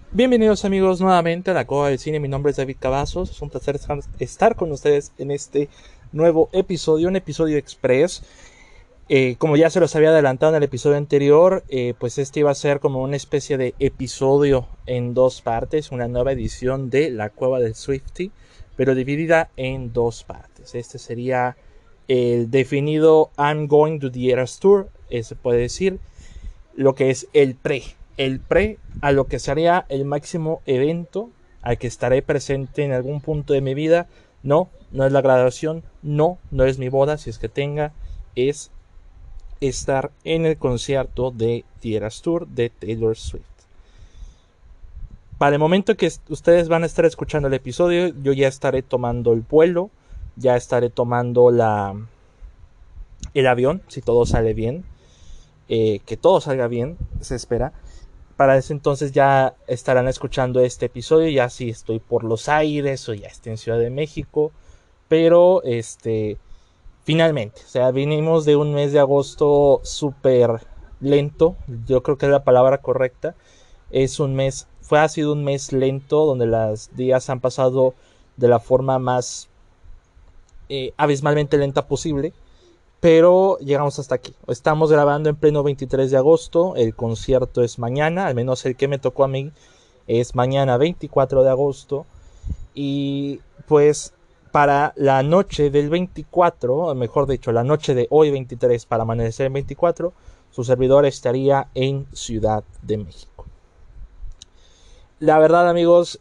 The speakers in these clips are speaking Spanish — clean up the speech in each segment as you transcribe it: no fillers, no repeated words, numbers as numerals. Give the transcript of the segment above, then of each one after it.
Bienvenidos amigos nuevamente a la Cueva del Cine. Mi nombre es David Cavazos. Es un placer estar con ustedes en este nuevo episodio, un episodio express. Como ya se los había adelantado en el episodio anterior, pues este iba a ser como una especie de episodio en dos partes, una nueva edición de La Cueva del Swiftie, pero dividida en dos partes. Este sería el definido I'm Going to the Eras Tour, se puede decir, lo que es el pre a lo que sería el máximo evento al que estaré presente en algún punto de mi vida. No es la graduación, no es mi boda, si es que tenga, es estar en el concierto de The Eras Tour de Taylor Swift. Para el momento que ustedes van a estar escuchando el episodio, yo ya estaré tomando el vuelo, ya estaré tomando el avión, si todo sale bien, que todo salga bien, se espera. Para ese entonces ya estarán escuchando este episodio, ya si estoy por los aires o ya estoy en Ciudad de México, pero finalmente, o sea, vinimos de un mes de agosto súper lento, yo creo que es la palabra correcta. Ha sido un mes lento donde los días han pasado de la forma más abismalmente lenta posible, pero llegamos hasta aquí. Estamos grabando en pleno 23 de agosto, el concierto es mañana, al menos el que me tocó a mí es mañana 24 de agosto, y pues para la noche del 24, mejor dicho, la noche de hoy 23 para amanecer el 24, su servidor estaría en Ciudad de México. La verdad, amigos,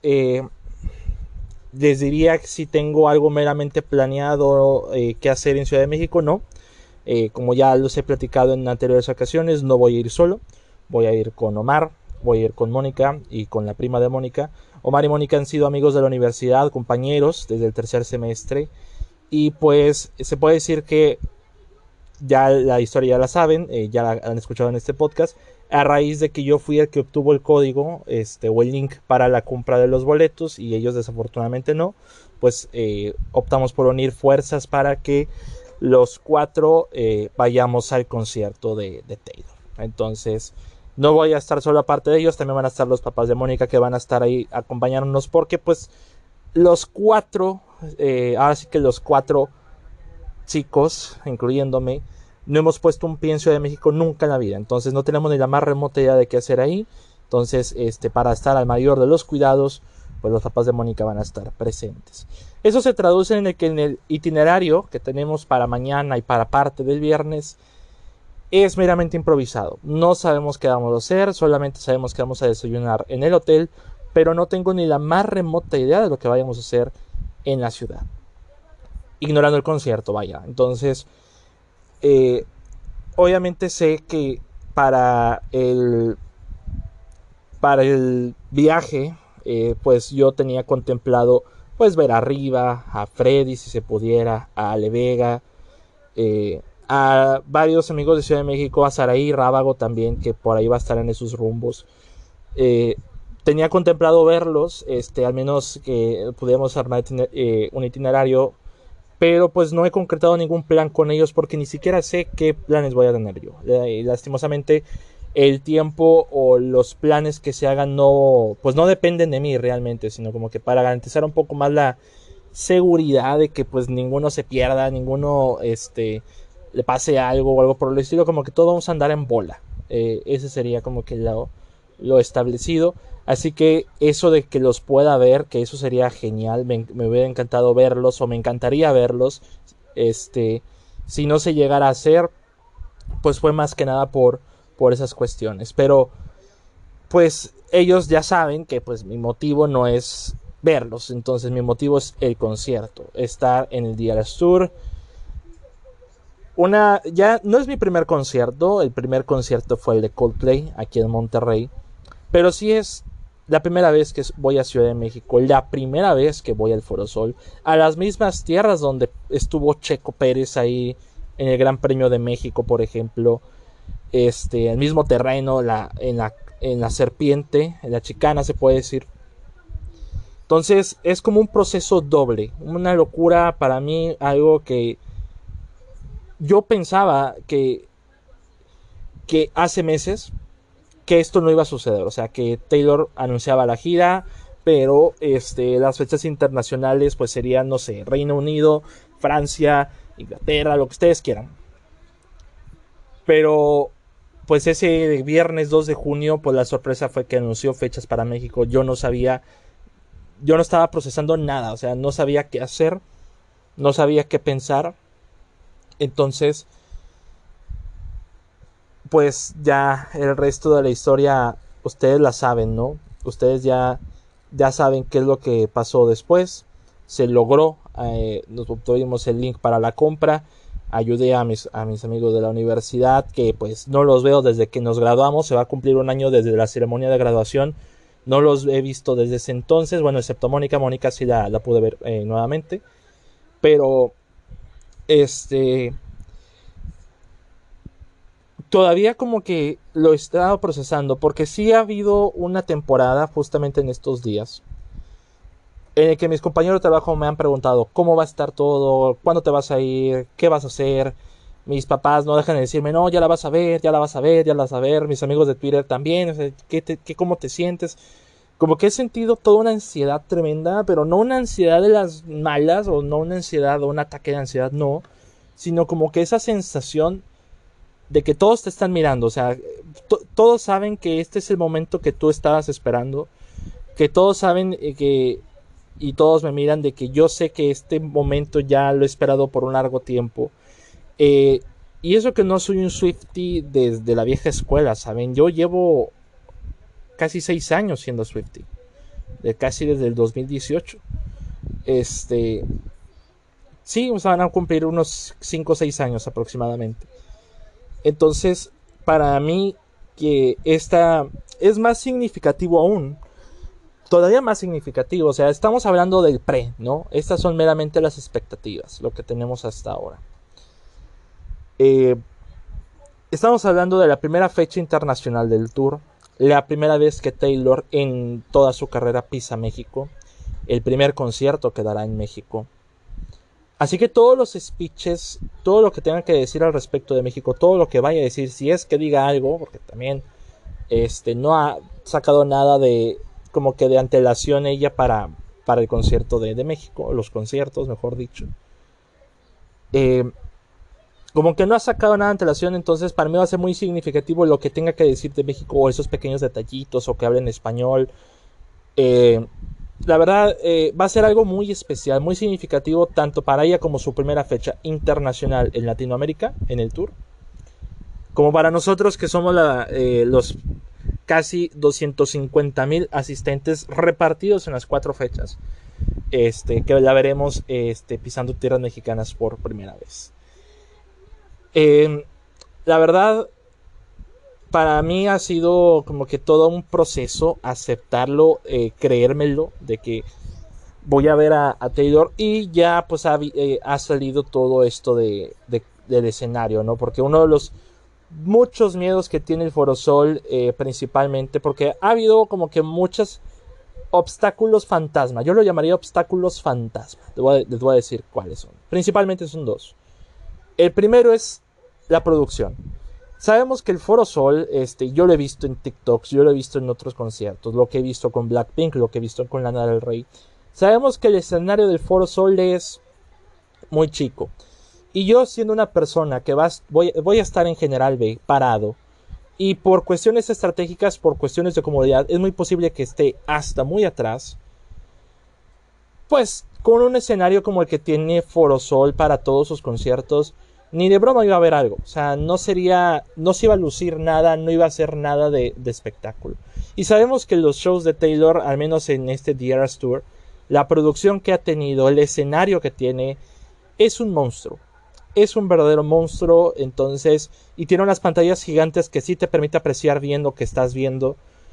les diría que si tengo algo meramente planeado que hacer en Ciudad de México, no. Como ya los he platicado en anteriores ocasiones, no voy a ir solo, voy a ir con Omar, voy a ir con Mónica y con la prima de Mónica. Omar y Mónica han sido amigos de la universidad, compañeros desde el tercer semestre, y pues se puede decir que ya la historia ya la saben, ya la han escuchado en este podcast, a raíz de que yo fui el que obtuvo el código o el link para la compra de los boletos y ellos desafortunadamente no, pues optamos por unir fuerzas para que los cuatro vayamos al concierto de Taylor. Entonces no voy a estar solo aparte de ellos, también van a estar los papás de Mónica que van a estar ahí acompañándonos porque pues los cuatro, ahora sí que los cuatro chicos, incluyéndome, no hemos puesto un pie en Ciudad de México nunca en la vida, entonces no tenemos ni la más remota idea de qué hacer ahí. Entonces para estar al mayor de los cuidados, pues los papás de Mónica van a estar presentes. Eso se traduce en que en el itinerario que tenemos para mañana y para parte del viernes es meramente improvisado. No sabemos qué vamos a hacer, solamente sabemos que vamos a desayunar en el hotel, pero no tengo ni la más remota idea de lo que vayamos a hacer en la ciudad, ignorando el concierto, vaya. Entonces obviamente sé que para el para el viaje, pues yo tenía contemplado pues ver arriba a Freddy si se pudiera, a Ale Vega, a varios amigos de Ciudad de México, a Saraí Rábago también, que por ahí va a estar en esos rumbos. Tenía contemplado verlos, al menos que pudiéramos armar un itinerario, pero pues no he concretado ningún plan con ellos porque ni siquiera sé qué planes voy a tener yo. Lastimosamente el tiempo o los planes que se hagan pues no dependen de mí realmente, sino como que para garantizar un poco más la seguridad de que pues ninguno se pierda, ninguno le pase algo o algo por el estilo, como que todos vamos a andar en bola. Ese sería como que lo establecido. Así que eso de que los pueda ver, que eso sería genial, me hubiera encantado verlos o me encantaría verlos. Si no se llegara a hacer, pues fue más que nada por esas cuestiones. Pero pues ellos ya saben que pues mi motivo no es verlos, entonces mi motivo es el concierto, estar en el Eras Tour. Ya no es mi primer concierto, el primer concierto fue el de Coldplay aquí en Monterrey, pero sí es la primera vez que voy a Ciudad de México, la primera vez que voy al Foro Sol, a las mismas tierras donde estuvo Checo Pérez ahí en el Gran Premio de México, por ejemplo, el mismo terreno, en la serpiente, en la chicana se puede decir. Entonces es como un proceso doble, una locura para mí, algo que yo pensaba que hace meses que esto no iba a suceder, o sea, que Taylor anunciaba la gira, pero las fechas internacionales pues serían, no sé, Reino Unido, Francia, Inglaterra, lo que ustedes quieran. Pero pues ese viernes 2 de junio, pues la sorpresa fue que anunció fechas para México. Yo no estaba procesando nada, o sea, no sabía qué hacer, no sabía qué pensar. Entonces, pues ya el resto de la historia ustedes la saben, ¿no? Ustedes ya saben qué es lo que pasó después. Se logró, nos obtuvimos el link para la compra. Ayudé a mis amigos de la universidad, que pues no los veo desde que nos graduamos. Se va a cumplir un año desde la ceremonia de graduación. No los he visto desde ese entonces. Bueno, excepto Mónica. Mónica sí la pude ver nuevamente. Pero todavía como que lo he estado procesando, porque sí ha habido una temporada justamente en estos días en el que mis compañeros de trabajo me han preguntado cómo va a estar todo, cuándo te vas a ir, qué vas a hacer. Mis papás no dejan de decirme, no, ya la vas a ver, ya la vas a ver, ya la vas a ver. Mis amigos de Twitter también, o sea, ¿cómo te sientes? Como que he sentido toda una ansiedad tremenda, pero no una ansiedad de las malas, o no una ansiedad o un ataque de ansiedad, no, sino como que esa sensación de que todos te están mirando, o sea, todos saben que este es el momento que tú estabas esperando, que todos saben y todos me miran de que yo sé que este momento ya lo he esperado por un largo tiempo. Y eso que no soy un Swiftie desde la vieja escuela, ¿saben? Yo llevo casi 6 años siendo Swiftie, casi desde el 2018. Sí, o sea, van a cumplir unos 5 o 6 años aproximadamente. Entonces, para mí, que esta es más significativo aún, todavía más significativo, o sea, estamos hablando del pre, ¿no? Estas son meramente las expectativas, lo que tenemos hasta ahora. Estamos hablando de la primera fecha internacional del tour, la primera vez que Taylor en toda su carrera pisa México, el primer concierto que dará en México. Así que todos los speeches, todo lo que tengan que decir al respecto de México, todo lo que vaya a decir, si es que diga algo, porque también no ha sacado nada de como que de antelación ella para el concierto de México, los conciertos, mejor dicho. Como que no ha sacado nada de antelación, entonces para mí va a ser muy significativo lo que tenga que decir de México, o esos pequeños detallitos, o que hable en español. La verdad, va a ser algo muy especial, muy significativo, tanto para ella como su primera fecha internacional en Latinoamérica, en el tour, como para nosotros que somos los casi 250,000 asistentes repartidos en las 4 fechas, que la veremos pisando tierras mexicanas por primera vez. La verdad, para mí ha sido como que todo un proceso aceptarlo, creérmelo, de que voy a ver a Taylor, y ya pues ha salido todo esto del escenario, ¿no? Porque uno de los muchos miedos que tiene el Foro Sol, principalmente porque ha habido como que muchos obstáculos fantasma, yo lo llamaría obstáculos fantasma, les voy a decir cuáles son. Principalmente son 2. El primero es la producción. Sabemos que el Foro Sol, yo lo he visto en TikToks, yo lo he visto en otros conciertos, lo que he visto con Blackpink, lo que he visto con Lana del Rey. Sabemos que el escenario del Foro Sol es muy chico. Y yo, siendo una persona que voy a estar en General B parado, y por cuestiones estratégicas, por cuestiones de comodidad, es muy posible que esté hasta muy atrás, pues con un escenario como el que tiene Foro Sol para todos sus conciertos, ni de broma iba a haber algo. O sea, no se iba a lucir nada, no iba a ser nada de espectáculo. Y sabemos que los shows de Taylor, al menos en este The Eras Tour, la producción que ha tenido, el escenario que tiene, es un monstruo. Es un verdadero monstruo, entonces, y tiene unas pantallas gigantes que sí te permite apreciar bien lo que estás viendo.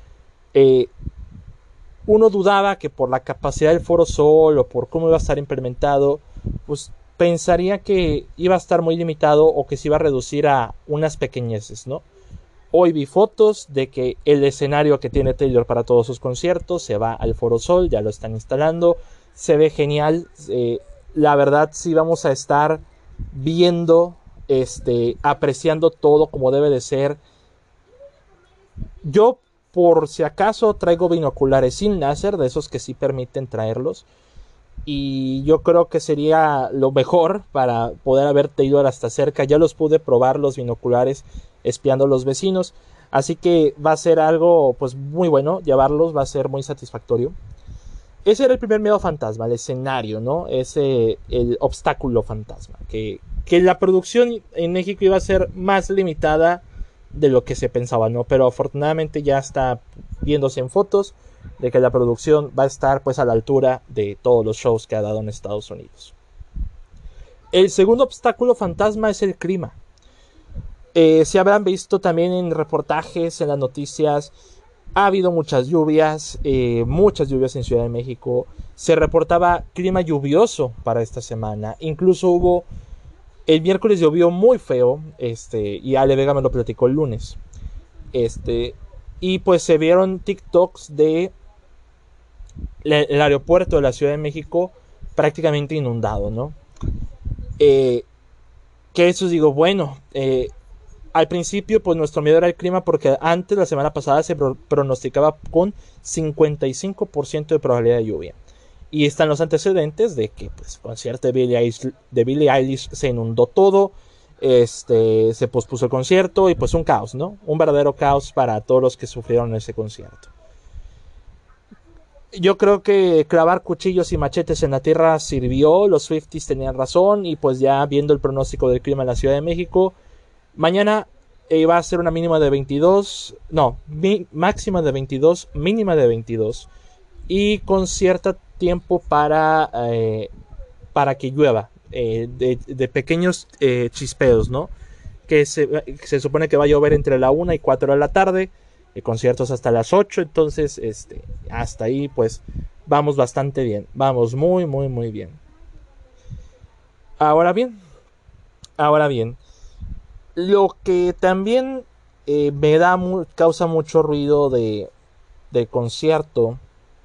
Uno dudaba que por la capacidad del Foro Sol, o por cómo iba a estar implementado, pues pensaría que iba a estar muy limitado, o que se iba a reducir a unas pequeñeces, ¿no? Hoy vi fotos de que el escenario que tiene Taylor para todos sus conciertos se va al Foro Sol, ya lo están instalando, se ve genial. La verdad, sí vamos a estar viendo, apreciando todo como debe de ser. Yo, por si acaso, traigo binoculares sin láser, de esos que sí permiten traerlos. Y yo creo que sería lo mejor para poder haberte ido hasta cerca. Ya los pude probar, los binoculares, espiando a los vecinos. Así que va a ser algo pues muy bueno llevarlos, va a ser muy satisfactorio. Ese era el primer miedo fantasma, el escenario, ¿no? Ese, el obstáculo fantasma. Que la producción en México iba a ser más limitada de lo que se pensaba, ¿no? Pero afortunadamente ya está viéndose en fotos de que la producción va a estar pues a la altura de todos los shows que ha dado en Estados Unidos. El segundo obstáculo fantasma es el clima. Si habrán visto también en reportajes, en las noticias, ha habido muchas lluvias en Ciudad de México. Se reportaba clima lluvioso para esta semana. Incluso el miércoles llovió muy feo, y Ale Vega me lo platicó el lunes. Y pues se vieron TikToks de el aeropuerto de la Ciudad de México prácticamente inundado, ¿no? Que eso digo, bueno, al principio pues nuestro miedo era el clima porque antes, la semana pasada, se pronosticaba con 55% de probabilidad de lluvia. Y están los antecedentes de que pues concierto de Billie Eilish se inundó todo, se pospuso el concierto y pues un caos, ¿no? Un verdadero caos para todos los que sufrieron ese concierto. Yo creo que clavar cuchillos y machetes en la tierra sirvió, los Swifties tenían razón y pues ya viendo el pronóstico del clima en la Ciudad de México, mañana va a ser una mínima de 22, no, máxima de 22, mínima de 22 y con cierto tiempo para que llueva, de pequeños chispeos, ¿no? Que se supone que va a llover entre la 1 y 4 de la tarde, conciertos hasta las 8, entonces hasta ahí pues vamos bastante bien, vamos muy muy muy bien. Ahora bien, lo que también causa mucho ruido del concierto,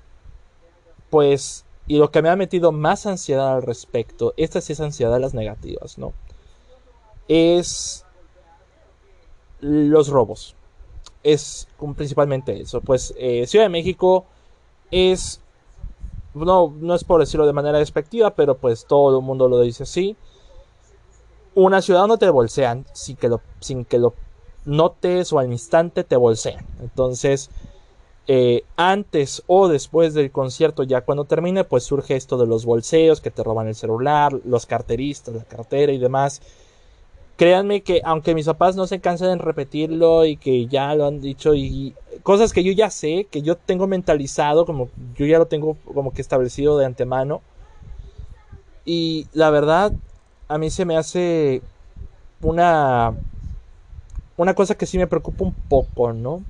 pues, y lo que me ha metido más ansiedad al respecto, esta sí es ansiedad de las negativas, ¿no? Es los robos. Es principalmente eso. Pues Ciudad de México es, no es por decirlo de manera despectiva, pero pues todo el mundo lo dice así. Una ciudad donde te bolsean sin que lo notes o al instante te bolsean. Entonces, antes o después del concierto, ya cuando termine, pues surge esto de los bolseos, que te roban el celular, los carteristas, la cartera y demás. Créanme que aunque mis papás no se cansan de repetirlo y que ya lo han dicho y cosas que yo ya sé, que yo tengo mentalizado, como yo ya lo tengo como que establecido de antemano, y la verdad a mí se me hace una cosa que sí me preocupa un poco, ¿no?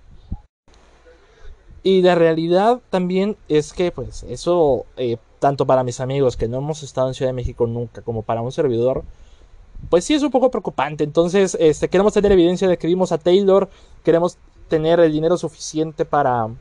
Y la realidad también es que pues eso, tanto para mis amigos que no hemos estado en Ciudad de México nunca, como para un servidor, pues sí es un poco preocupante. Entonces queremos tener evidencia de que vimos a Taylor, queremos tener el dinero suficiente para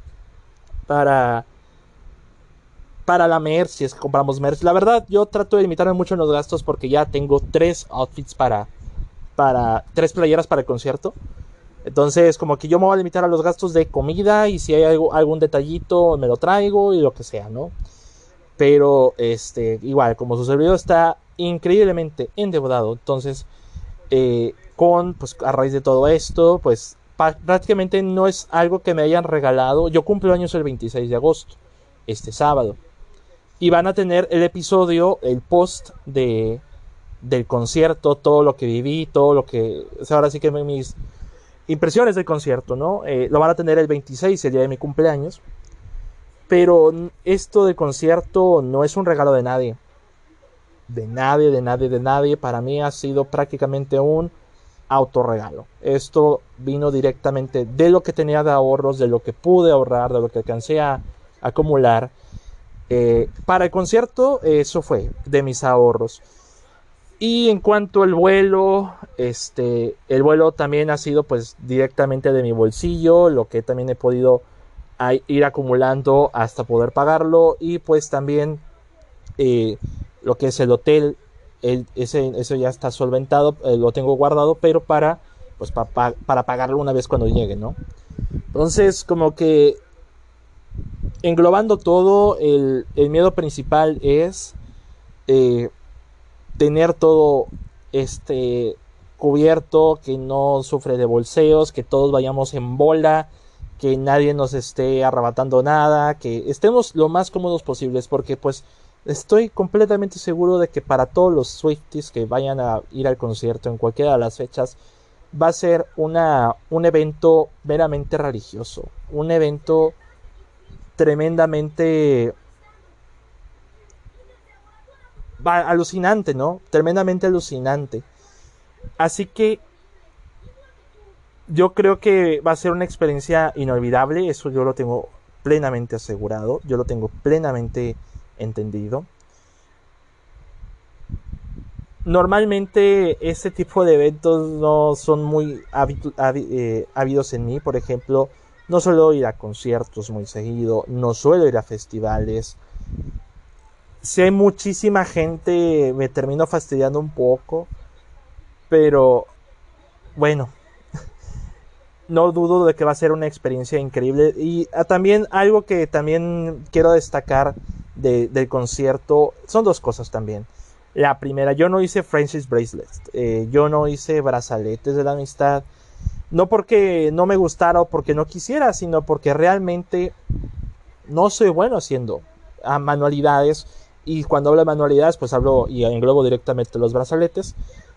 la merch, si es que compramos merch. La verdad, yo trato de limitarme mucho en los gastos porque ya tengo 3 outfits para 3 playeras para el concierto. Entonces, como que yo me voy a limitar a los gastos de comida y si hay algún detallito me lo traigo y lo que sea, ¿no? Pero, igual, como su servidor está increíblemente endeudado, entonces, pues a raíz de todo esto, pues prácticamente no es algo que me hayan regalado. Yo cumplo años el 26 de agosto, este sábado. Y van a tener el episodio, el post del concierto, todo lo que viví, todo lo que... O sea, ahora sí que mis impresiones del concierto, ¿no? Lo van a tener el 26, el día de mi cumpleaños. Pero esto del concierto no es un regalo de nadie. De nadie. Para mí ha sido prácticamente un autorregalo. Esto vino directamente de lo que tenía de ahorros, de lo que pude ahorrar, de lo que alcancé a acumular. Para el concierto, eso fue de mis ahorros. Y en cuanto al vuelo, el vuelo también ha sido pues directamente de mi bolsillo, lo que también he podido ir acumulando hasta poder pagarlo. Y pues también lo que es el hotel, eso ya está solventado, lo tengo guardado, pero para pagarlo una vez cuando llegue, ¿no? Entonces, como que englobando todo, el miedo principal es eh, tener todo cubierto, que no sufre de bolseos, que todos vayamos en bola, que nadie nos esté arrebatando nada, que estemos lo más cómodos posibles, porque pues estoy completamente seguro de que para todos los Swifties que vayan a ir al concierto en cualquiera de las fechas, va a ser un evento meramente religioso, un evento tremendamente alucinante, ¿no? Tremendamente alucinante. Así que yo creo que va a ser una experiencia inolvidable, eso yo lo tengo plenamente asegurado, yo lo tengo plenamente entendido. Normalmente este tipo de eventos no son muy ávidos en mí, por ejemplo, no suelo ir a conciertos muy seguido, no suelo ir a festivales. Si hay muchísima gente me termino fastidiando un poco, pero bueno, no dudo de que va a ser una experiencia increíble. Y también algo que también quiero destacar del concierto son dos cosas también. La primera, yo no hice Friendship Bracelets, yo no hice brazaletes de la amistad, no porque no me gustara o porque no quisiera, sino porque realmente no soy bueno haciendo manualidades. Y cuando hablo de manualidades, pues hablo y englobo directamente los brazaletes.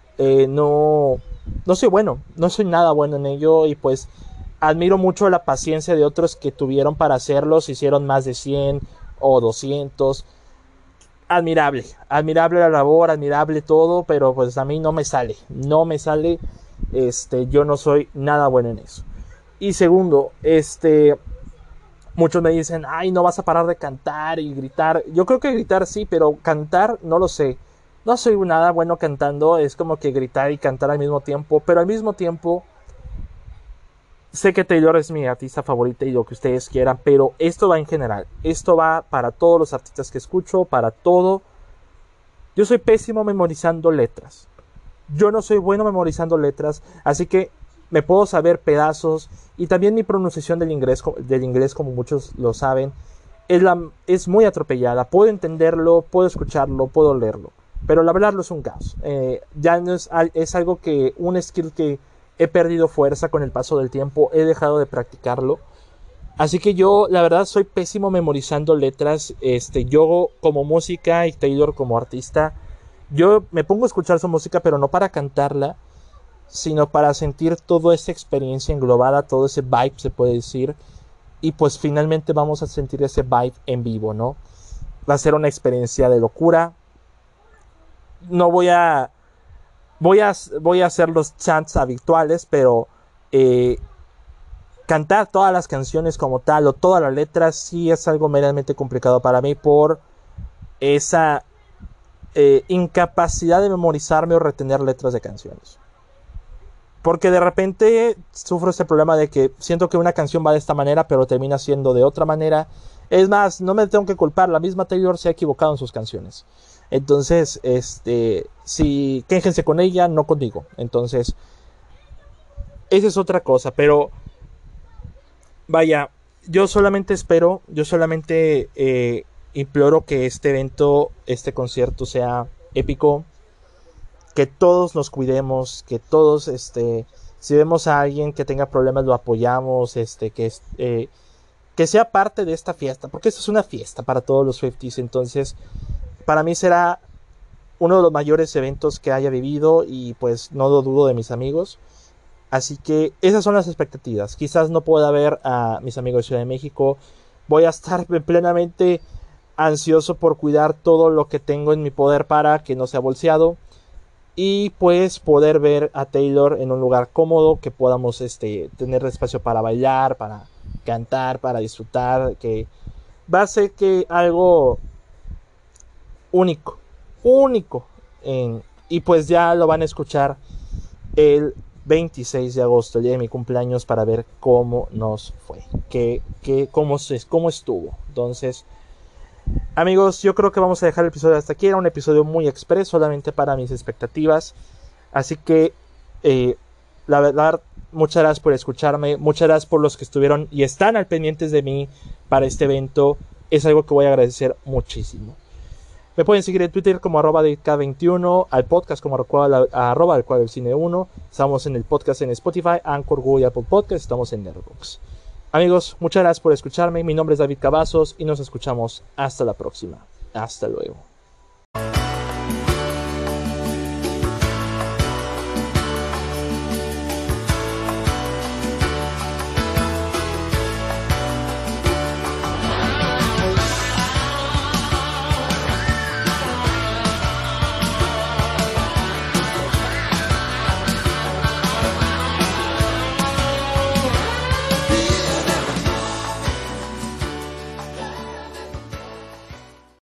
No soy bueno, no soy nada bueno en ello, y pues admiro mucho la paciencia de otros que tuvieron para hacerlos, hicieron más de 100 o 200. Admirable, admirable la labor, admirable todo, pero pues a mí no me sale, yo no soy nada bueno en eso. Y segundo, muchos me dicen, ay, no vas a parar de cantar y gritar. Yo creo que gritar sí, pero cantar no lo sé. No soy nada bueno cantando, es como que gritar y cantar al mismo tiempo, pero al mismo tiempo sé que Taylor es mi artista favorita y lo que ustedes quieran, pero esto va en general, esto va para todos los artistas que escucho, para todo. Yo soy pésimo memorizando letras. Yo no soy bueno memorizando letras, así que me puedo saber pedazos, y también mi pronunciación del inglés como muchos lo saben, es muy atropellada. Puedo entenderlo, puedo escucharlo, puedo leerlo, pero el hablarlo es un caos. Ya no es algo que, un skill que he perdido fuerza con el paso del tiempo, he dejado de practicarlo. Así que yo, la verdad, soy pésimo memorizando letras. Yo como música y Taylor como artista, yo me pongo a escuchar su música, pero no para cantarla, sino para sentir toda esa experiencia englobada, todo ese vibe, se puede decir. Y pues finalmente vamos a sentir ese vibe en vivo, ¿no? Va a ser una experiencia de locura. No voy a hacer los chants habituales, pero cantar todas las canciones como tal o todas las letras sí es algo meramente complicado para mí, por esa incapacidad de memorizarme o retener letras de canciones. Porque de repente sufro este problema de que siento que una canción va de esta manera, pero termina siendo de otra manera. Es más, no me tengo que culpar, la misma Taylor se ha equivocado en sus canciones. Entonces, si quéjense con ella, no conmigo. Entonces, esa es otra cosa. Pero, vaya, yo solamente imploro que este evento, este concierto sea épico. Que todos nos cuidemos, que todos, si vemos a alguien que tenga problemas, lo apoyamos, que sea parte de esta fiesta, porque esto es una fiesta para todos los Swifties. Entonces, para mí será uno de los mayores eventos que haya vivido, y pues no lo dudo de mis amigos. Así que esas son las expectativas. Quizás no pueda ver a mis amigos de Ciudad de México. Voy a estar plenamente ansioso por cuidar todo lo que tengo en mi poder para que no sea bolseado, y pues poder ver a Taylor en un lugar cómodo, que podamos tener espacio para bailar, para cantar, para disfrutar, que va a ser que algo único, único. Y pues ya lo van a escuchar el 26 de agosto, el día de mi cumpleaños, para ver cómo nos fue, cómo estuvo. Entonces, amigos, yo creo que vamos a dejar el episodio hasta aquí. Era un episodio muy express, solamente para mis expectativas. Así que La verdad, muchas gracias por escucharme, muchas gracias por los que estuvieron y están al pendientes de mí para este evento. Es algo que voy a agradecer muchísimo. Me pueden seguir en Twitter como @DK21, al podcast como @delcine1. Estamos en el podcast en Spotify, Anchor, Google y Apple Podcast. Estamos en Letterboxd. Amigos, muchas gracias por escucharme. Mi nombre es David Cavazos y nos escuchamos hasta la próxima. Hasta luego.